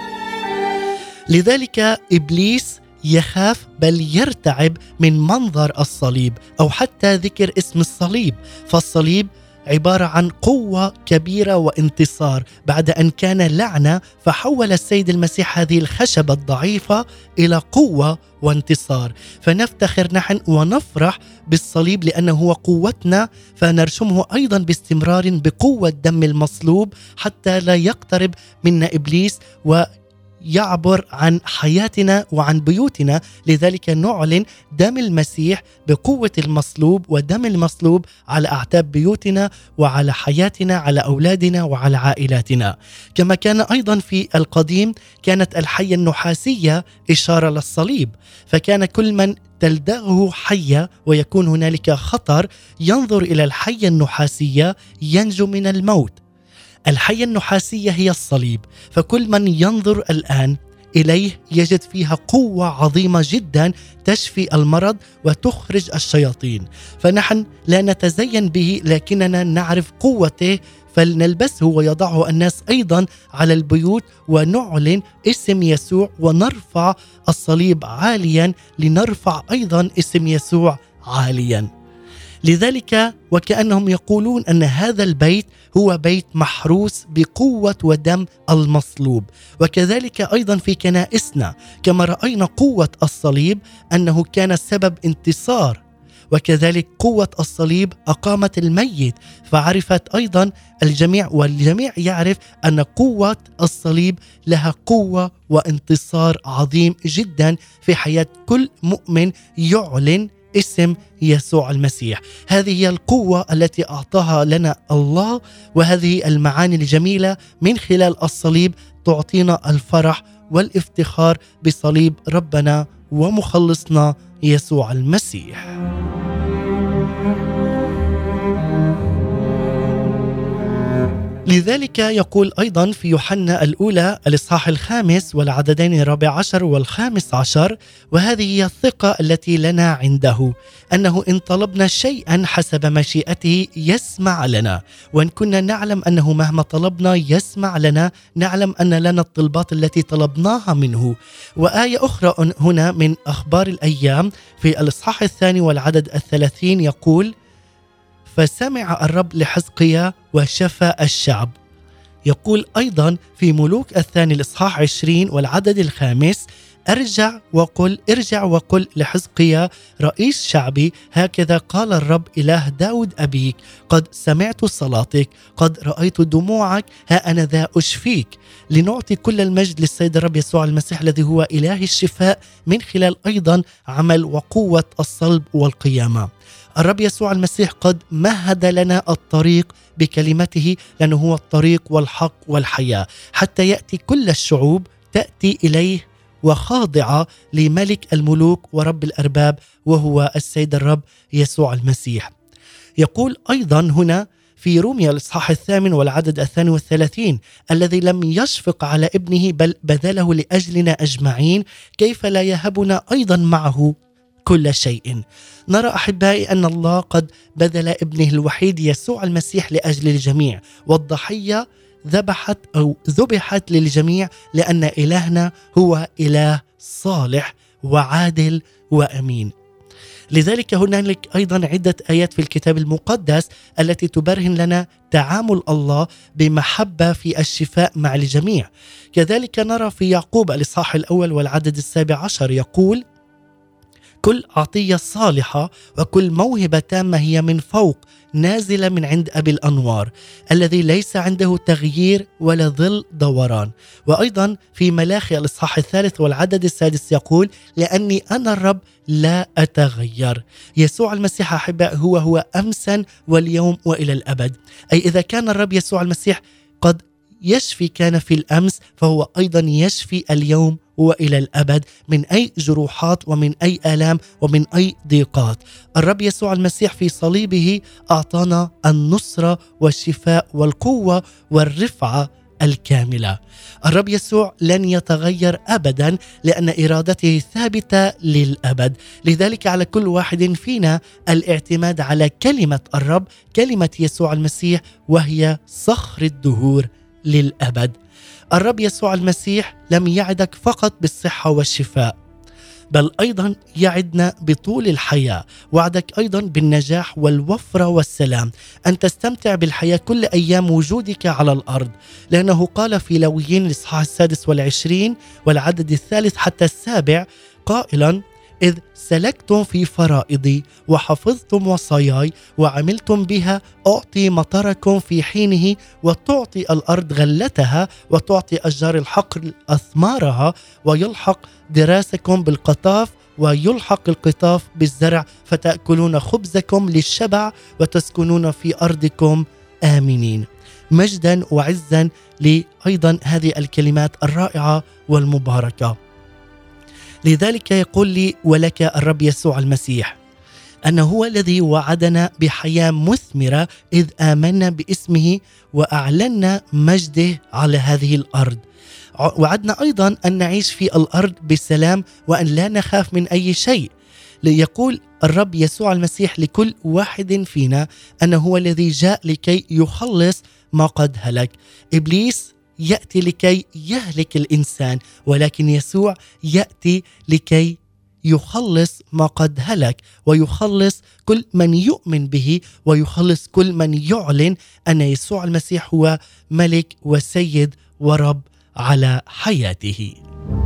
Speaker 2: لذلك إبليس يخاف بل يرتعب من منظر الصليب أو حتى ذكر اسم الصليب، فالصليب عبارة عن قوة كبيرة وانتصار. بعد أن كان لعنة فحول السيد المسيح هذه الخشبة الضعيفة إلى قوة وانتصار، فنفتخر نحن ونفرح بالصليب لأنه هو قوتنا، فنرسمه أيضا باستمرار بقوة دم المصلوب حتى لا يقترب منا إبليس ويعبر عن حياتنا وعن بيوتنا. لذلك نعلن دم المسيح بقوة المصلوب، ودم المصلوب على أعتاب بيوتنا وعلى حياتنا، على أولادنا وعلى عائلاتنا. كما كان أيضا في القديم كانت الحية النحاسية إشارة للصليب، فكان كل من تلدغه حية ويكون هنالك خطر ينظر إلى الحية النحاسية ينجو من الموت. الحية النحاسية هي الصليب، فكل من ينظر الآن إليه يجد فيها قوة عظيمة جدا تشفي المرض وتخرج الشياطين. فنحن لا نتزين به لكننا نعرف قوته، فلنلبسه ويضعه الناس أيضا على البيوت ونعلن اسم يسوع ونرفع الصليب عاليا لنرفع أيضا اسم يسوع عاليا. لذلك وكأنهم يقولون أن هذا البيت هو بيت محروس بقوة ودم المصلوب. وكذلك أيضا في كنائسنا كما رأينا قوة الصليب أنه كان سبب انتصار، وكذلك قوة الصليب أقامت الميت، فعرفت أيضا الجميع والجميع يعرف أن قوة الصليب لها قوة وانتصار عظيم جدا في حياة كل مؤمن يعلن اسم يسوع المسيح. هذه هي القوة التي أعطاها لنا الله، وهذه المعاني الجميلة من خلال الصليب تعطينا الفرح والافتخار بصليب ربنا ومخلصنا يسوع المسيح. لذلك يقول أيضا في يوحنا الأولى الإصحاح 5 والعددين 14 و15: وهذه هي الثقة التي لنا عنده، أنه إن طلبنا شيئا حسب مشيئته يسمع لنا، وإن كنا نعلم أنه مهما طلبنا يسمع لنا، نعلم أن لنا الطلبات التي طلبناها منه. وآية أخرى هنا من أخبار الأيام في الإصحاح 2 والعدد 30 يقول: فسمع الرب لحزقيا وشفى الشعب. يقول أيضا في ملوك الثاني الإصحاح 20 والعدد 5: ارجع وقل لحزقيا رئيس شعبي، هكذا قال الرب إله داود أبيك، قد سمعت صلاتك، قد رأيت دموعك، ها أنا ذا أشفيك. لنعطي كل المجد للسيد الرب يسوع المسيح الذي هو إله الشفاء من خلال أيضا عمل وقوة الصلب والقيامة. الرب يسوع المسيح قد مهد لنا الطريق بكلمته، لأنه هو الطريق والحق والحياة، حتى يأتي كل الشعوب تأتي إليه وخاضعة لملك الملوك ورب الأرباب وهو السيد الرب يسوع المسيح. يقول أيضا هنا في روميا الإصحاح 8 والعدد 32: الذي لم يشفق على ابنه بل بذله لأجلنا أجمعين، كيف لا يهبنا أيضا معه كل شيء. نرى أحبائي أن الله قد بذل ابنه الوحيد يسوع المسيح لأجل الجميع، والضحية ذبحت للجميع، لأن إلهنا هو إله صالح وعادل وأمين. لذلك هنالك أيضا عدة آيات في الكتاب المقدس التي تبرهن لنا تعامل الله بمحبة في الشفاء مع الجميع. كذلك نرى في يعقوب الإصحاح 1 والعدد 17 يقول: كل عطية صالحة وكل موهبة تامة هي من فوق، نازلة من عند أبي الأنوار، الذي ليس عنده تغيير ولا ظل دوران. وأيضا في ملاخي الإصحاح 3 والعدد 6 يقول: لأني أنا الرب لا أتغير. يسوع المسيح أحباء هو أمسا واليوم وإلى الأبد. أي إذا كان الرب يسوع المسيح قد يشفي كان في الأمس فهو أيضا يشفي اليوم وإلى الأبد من أي جروحات ومن أي آلام ومن أي ضيقات. الرب يسوع المسيح في صليبه أعطانا النصرة والشفاء والقوة والرفعة الكاملة. الرب يسوع لن يتغير أبدا لأن إرادته ثابتة للأبد. لذلك على كل واحد فينا الاعتماد على كلمة الرب، كلمة يسوع المسيح، وهي صخر الدهور للأبد. الرب يسوع المسيح لم يعدك فقط بالصحة والشفاء، بل أيضا يعدنا بطول الحياة، وعدك أيضا بالنجاح والوفرة والسلام، أن تستمتع بالحياة كل أيام وجودك على الأرض، لأنه قال في لويين الإصحاح 26 والعدد 3 حتى 7 قائلا: إذ سلكتم في فرائضي وحفظتم وصاياي وعملتم بها، أعطي مطركم في حينه، وتعطي الأرض غلتها، وتعطي أشجار الحقل أثمارها، ويلحق دراسكم بالقطاف، ويلحق القطاف بالزرع، فتأكلون خبزكم للشبع وتسكنون في أرضكم آمنين. مجدا وعزا لأيضا هذه الكلمات الرائعة والمباركة. لذلك يقول لي ولك الرب يسوع المسيح أنه هو الذي وعدنا بحياة مثمرة إذ آمنا باسمه وأعلنا مجده على هذه الأرض. وعدنا أيضا أن نعيش في الأرض بسلام وأن لا نخاف من أي شيء. ليقول الرب يسوع المسيح لكل واحد فينا أنه هو الذي جاء لكي يخلص ما قد هلك. إبليس يأتي لكي يهلك الإنسان، ولكن يسوع يأتي لكي يخلص ما قد هلك، ويخلص كل من يؤمن به، ويخلص كل من يعلن أن يسوع المسيح هو ملك وسيد ورب على حياته.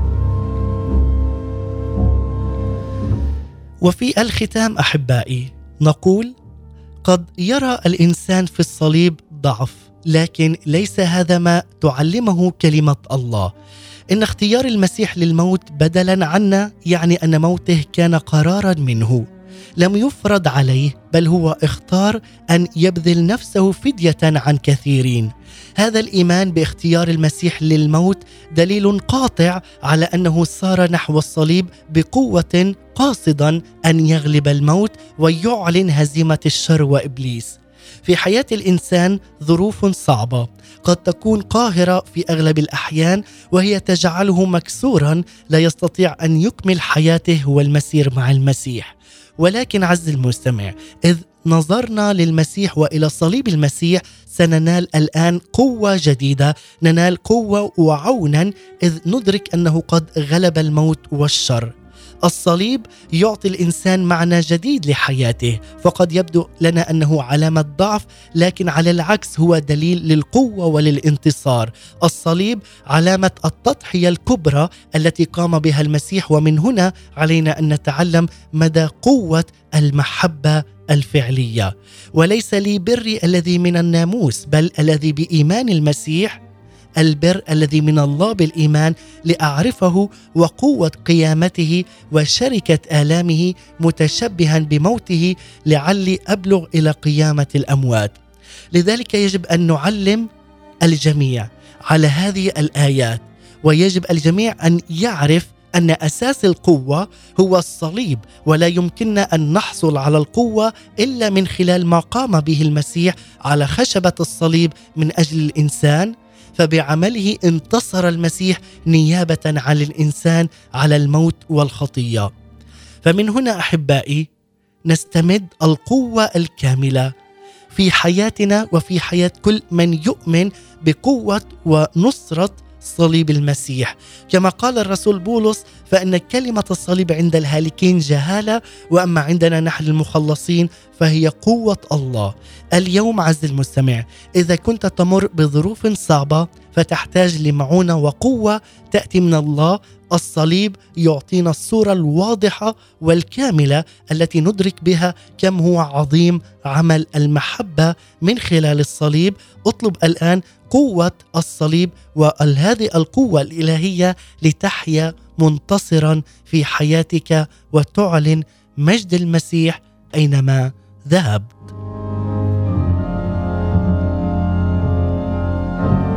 Speaker 2: وفي الختام أحبائي نقول: قد يرى الإنسان في الصليب ضعف، لكن ليس هذا ما تعلمه كلمة الله. إن اختيار المسيح للموت بدلا عنا يعني أن موته كان قرارا منه، لم يفرض عليه، بل هو اختار أن يبذل نفسه فدية عن كثيرين. هذا الإيمان باختيار المسيح للموت دليل قاطع على أنه سار نحو الصليب بقوة، قاصدا أن يغلب الموت ويعلن هزيمة الشر وإبليس. في حياة الإنسان ظروف صعبة قد تكون قاهرة في أغلب الأحيان، وهي تجعله مكسورا لا يستطيع أن يكمل حياته والمسير مع المسيح. ولكن عز المستمع، إذ نظرنا للمسيح وإلى صليب المسيح سننال الآن قوة جديدة، ننال قوة وعونا إذ ندرك أنه قد غلب الموت والشر. الصليب يعطي الإنسان معنى جديد لحياته، فقد يبدو لنا أنه علامة ضعف، لكن على العكس هو دليل للقوة وللانتصار. الصليب علامة التضحية الكبرى التي قام بها المسيح، ومن هنا علينا أن نتعلم مدى قوة المحبة الفعلية. وليس لي بري الذي من الناموس، بل الذي بإيمان المسيح، البر الذي من الله بالإيمان، لأعرفه وقوة قيامته وشركة آلامه، متشبها بموته، لعلي أبلغ إلى قيامة الأموات. لذلك يجب أن نعلم الجميع على هذه الآيات، ويجب الجميع أن يعرف أن أساس القوة هو الصليب، ولا يمكننا أن نحصل على القوة إلا من خلال ما قام به المسيح على خشبة الصليب من أجل الإنسان. فبعمله انتصر المسيح نيابة عن الإنسان على الموت والخطية. فمن هنا أحبائي نستمد القوة الكاملة في حياتنا وفي حياة كل من يؤمن بقوة ونصرة صليب المسيح. كما قال الرسول بولس: فإن كلمة الصليب عند الهالكين جهالة، وأما عندنا نحن المخلصين فهي قوة الله. اليوم عز المستمع، إذا كنت تمر بظروف صعبة فتحتاج لمعونة وقوة تأتي من الله، الصليب يعطينا الصورة الواضحة والكاملة التي ندرك بها كم هو عظيم عمل المحبة من خلال الصليب. اطلب الآن قوة الصليب وهذه القوة الإلهية لتحيا منتصرا في حياتك وتعلن مجد المسيح أينما ذهبت.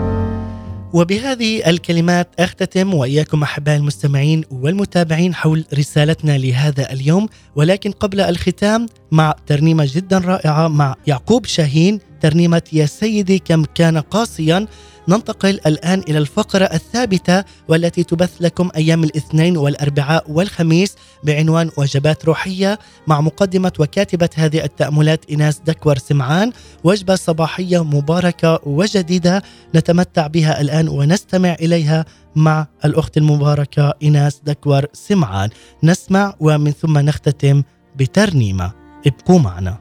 Speaker 2: وبهذه الكلمات أختتم وإياكم أحبائي المستمعين والمتابعين حول رسالتنا لهذا اليوم، ولكن قبل الختام مع ترنيمة جدا رائعة مع يعقوب شاهين، ترنيمة يا سيدي كم كان قاسيا. ننتقل الآن إلى الفقرة الثابتة والتي تبث لكم أيام الاثنين والأربعاء والخميس بعنوان وجبات روحية، مع مقدمة وكاتبة هذه التأملات إيناس دكور سمعان. وجبة صباحية مباركة وجديدة نتمتع بها الآن ونستمع إليها مع الأخت المباركة إيناس دكور سمعان. نسمع ومن ثم نختتم بترنيمة. ابقوا معنا.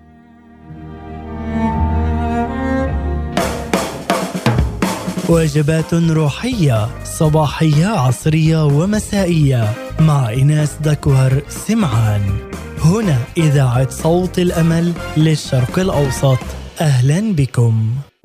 Speaker 2: وجبات روحية صباحية عصرية ومسائية مع إيناس دكور سمعان، هنا إذاعة صوت الأمل للشرق الأوسط. أهلا بكم.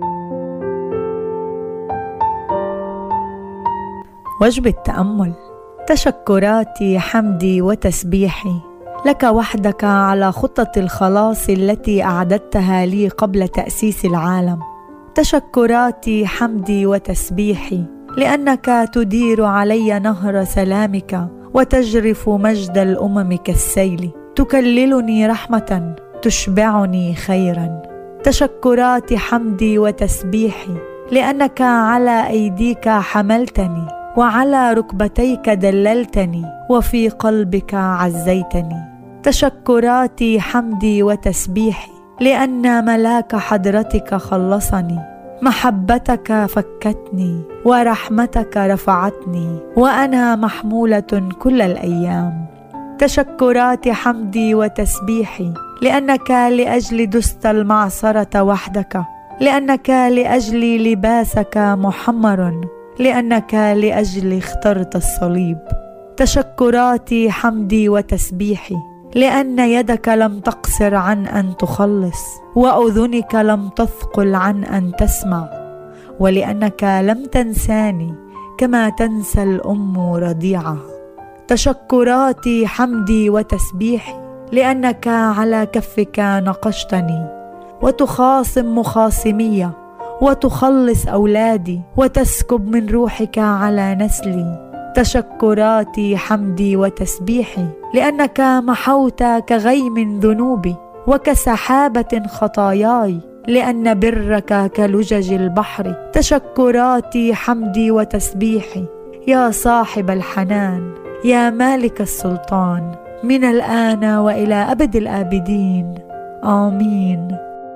Speaker 5: وجبة تأمل. تشكراتي حمدي وتسبيحي لك وحدك على خطة الخلاص التي أعددتها لي قبل تأسيس العالم. تشكراتي حمدي وتسبيحي لأنك تدير علي نهر سلامك وتجرف مجد الأمم كالسيل، تكللني رحمة تشبعني خيرا. تشكراتي حمدي وتسبيحي لأنك على أيديك حملتني وعلى ركبتيك دللتني وفي قلبك عزيتني. تشكراتي حمدي وتسبيحي لأن ملاك حضرتك خلصني، محبتك فكتني ورحمتك رفعتني وأنا محمولة كل الأيام. تشكراتي حمدي وتسبيحي لأنك لأجل دست المعصرة وحدك، لأنك لأجل لباسك محمر، لأنك لأجل اخترت الصليب. تشكراتي حمدي وتسبيحي لأن يدك لم تقصر عن أن تخلص وأذنك لم تثقل عن أن تسمع، ولأنك لم تنساني كما تنسى الأم رضيعها. تشكراتي حمدي وتسبيحي لأنك على كفك نقشتني وتخاصم مخاصمية وتخلص أولادي وتسكب من روحك على نسلي. تشكراتي حمدي وتسبيحي لأنك محوت كغيم ذنوبي وكسحابة خطاياي، لأن برك كلجج البحر. تشكراتي حمدي وتسبيحي يا صاحب الحنان، يا مالك السلطان، من الآن وإلى أبد الآبدين. آمين.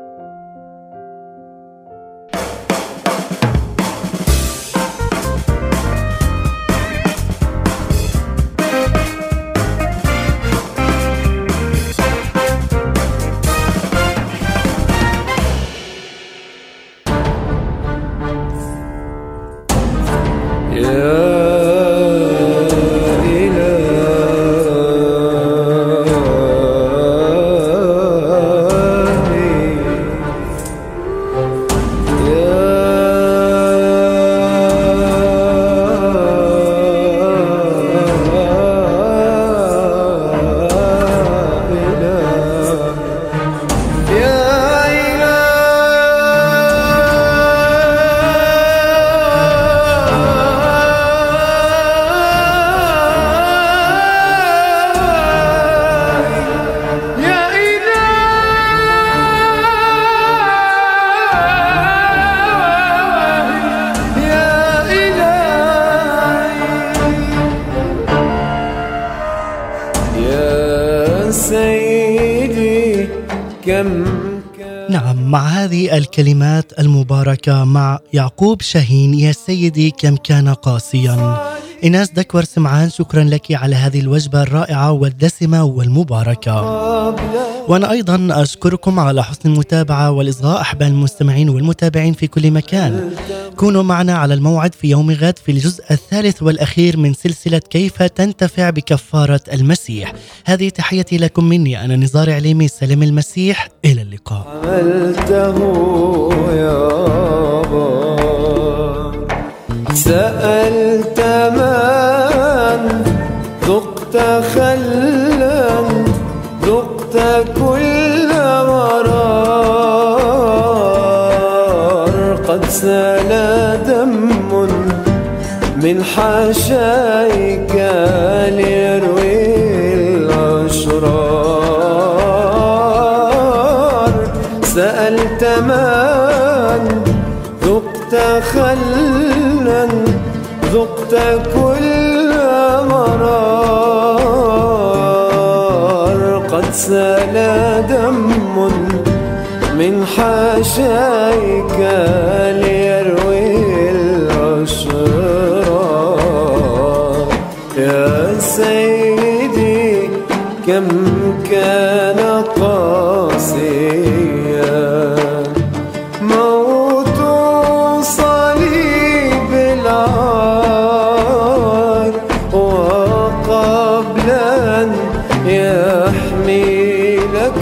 Speaker 2: نعم، مع هذه الكلمات المباركة مع يعقوب شاهين، يا سيدي كم كان قاسيا. إيناس دكور سمعان، شكرا لك على هذه الوجبة الرائعة والدسمة والمباركة. وأنا أيضا أشكركم على حسن المتابعة والإصغاء أحبائي المستمعين والمتابعين في كل مكان. كونوا معنا على الموعد في يوم غد في الجزء الثالث والأخير من سلسلة كيف تنتفع بكفارة المسيح. هذه تحيتي لكم مني، أنا نزار عليمي. سلام المسيح، إلى اللقاء.
Speaker 3: عملته يابا، سألت من، ذقت خلا، ذقت كل مرار، قد سال دم من حاشايك ليروي الأشرار. سألت من ذقت خلا ذقت كل مرار. قد سال دم من حاشايك ليروي الأشرار. يا سيدي كم كان قاسيا موت صليب العار. وقبل أن يحمي لك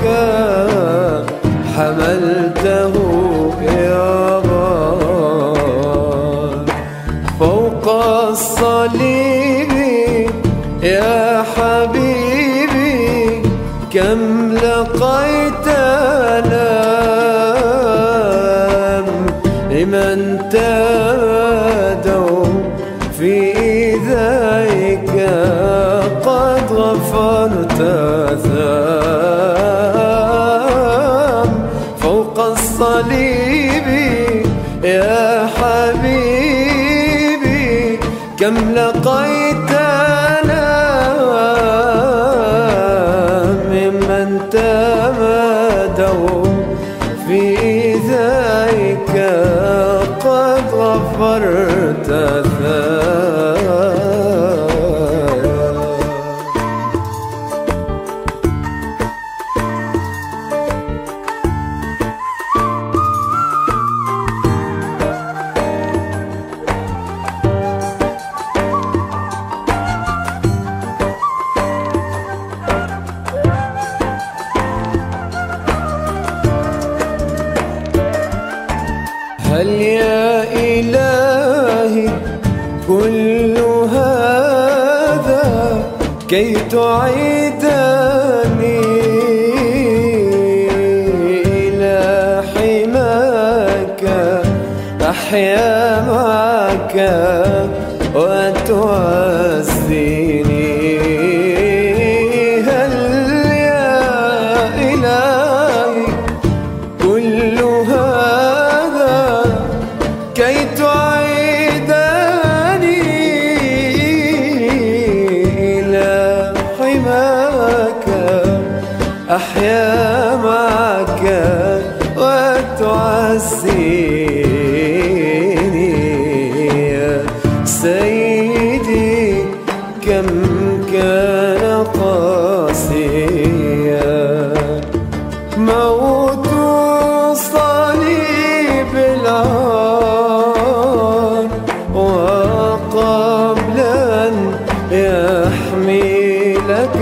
Speaker 3: حملته يا بار. فوق الصليب يا حبيبي كم لقيت آلام. لمن تادوا في إيذائك قد غفرت ثام. فوق الصليب يا حبيبي كم لقيت آلام. ممن تمادوا في إيذائك قد غفرت ثام. هل يا إلهي كل هذا كي تعيدني إلى حماك أحيا معك وتعزيني. هل يا إلهي كل هذا كي تعيدني إلى حماك أحيا معك وتعزيني. يا سيدي كم كان قاسيا موت صليب العار. وقبل أن يحمي لك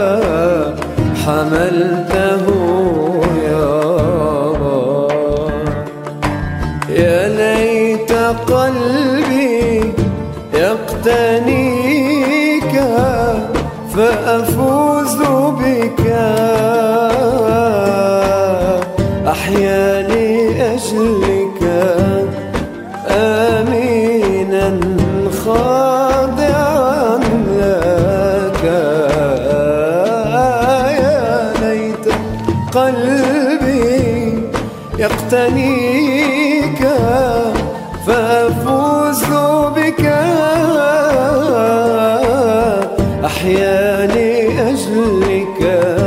Speaker 3: حملته يا بار. يا ليت قلبي يقتنيك فأفوز بك أحيا لأجلك آمينا خاضعا لك. يا ليت قلبي يقتنيك فأفوز بك أحيا لأجلك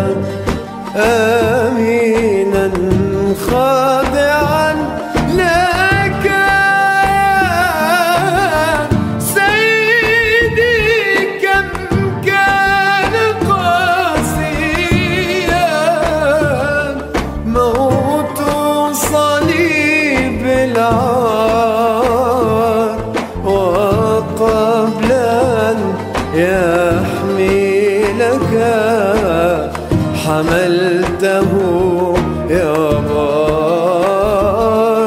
Speaker 3: آمينا خاضعا لك. سيدي كم كان قاسيا موت صليب العار. وقبل أن يحمي لك حملته يا بار.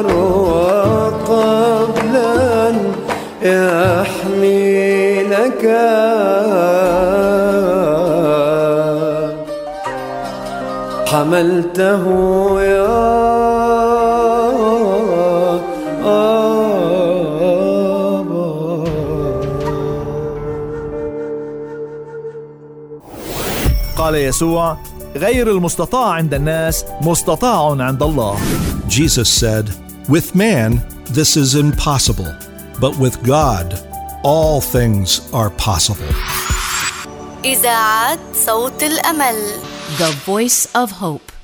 Speaker 3: وقبل أن يحمي لك حملته يا بار.
Speaker 6: قال يسوع: غير المستطاع عند الناس مستطاع عند الله.
Speaker 7: Jesus said, "With man, this is impossible, but with God, all things are possible."
Speaker 8: إذاعة صوت الأمل.
Speaker 9: The Voice of Hope.